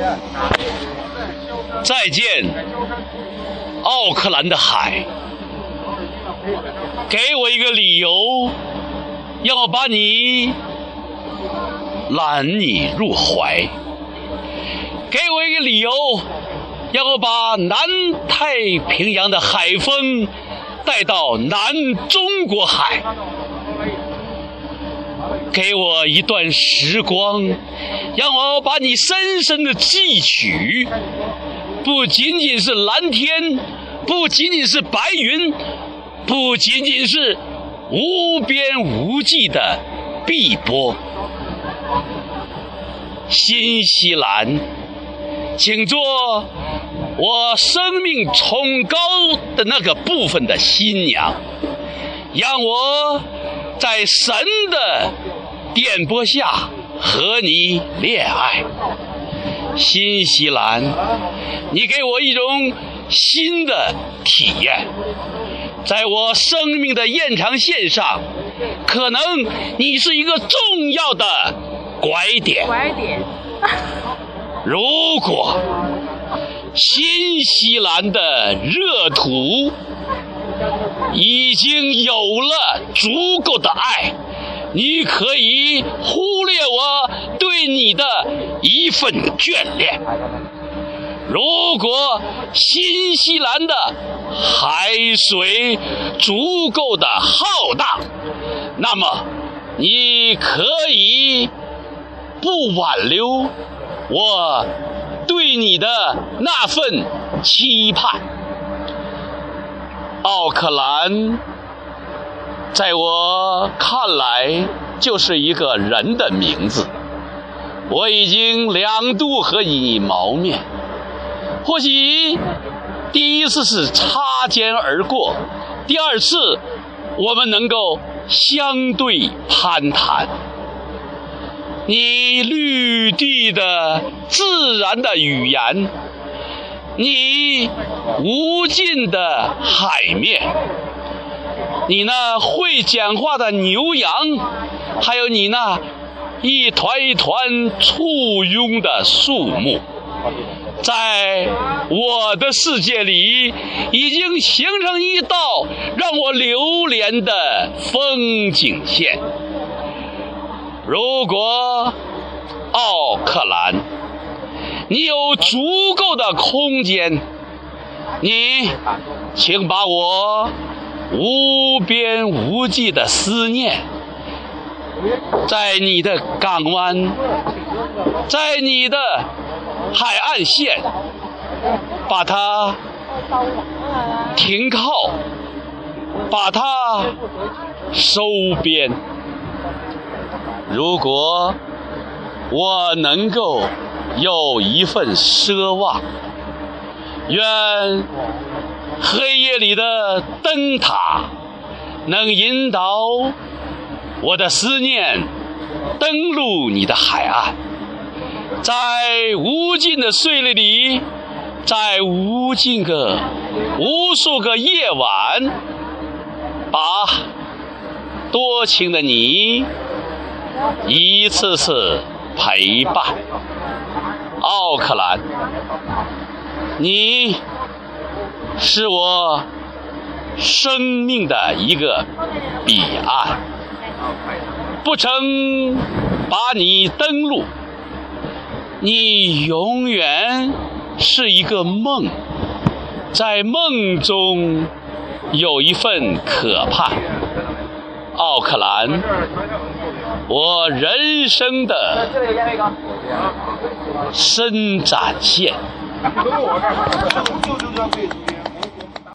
再见，奥克兰的海，给我一个理由，让我把你揽你入怀；给我一个理由，让我把南太平洋的海风带到南中国海；给我一段时光，让我把你深深的记取，不仅仅是蓝天，不仅仅是白云，不仅仅是无边无际的碧波。新西兰，请做我生命崇高的那个部分的新娘，让我在神的电波下和你恋爱。新西兰，你给我一种新的体验，在我生命的延长线上，可能你是一个重要的拐点。如果新西兰的热土已经有了足够的爱，你可以忽略我对你的一份眷恋。如果新西兰的海水足够的浩大，那么你可以不挽留我对你的那份期盼。奥克兰在我看来就是一个人的名字，我已经2度和你谋面，或许第一次是擦肩而过，第二次我们能够相对攀谈。你绿地的自然的语言，你无尽的海面，你那会讲话的牛羊，还有你那一团一团簇拥的树木，在我的世界里已经形成一道让我流连的风景线。如果奥克兰你有足够的空间，你请把我无边无际的思念，在你的港湾，在你的海岸线，把它停靠，把它收编。如果我能够有一份奢望，愿黑夜里的灯塔能引导我的思念登陆你的海岸，在无尽的岁月里，在无数个夜晚，把多情的你一次次陪伴。奥克兰，你是我生命的一个彼岸，不曾把你登陆，你永远是一个梦，在梦中有一份渴盼。奥克兰，我人生的伸展线。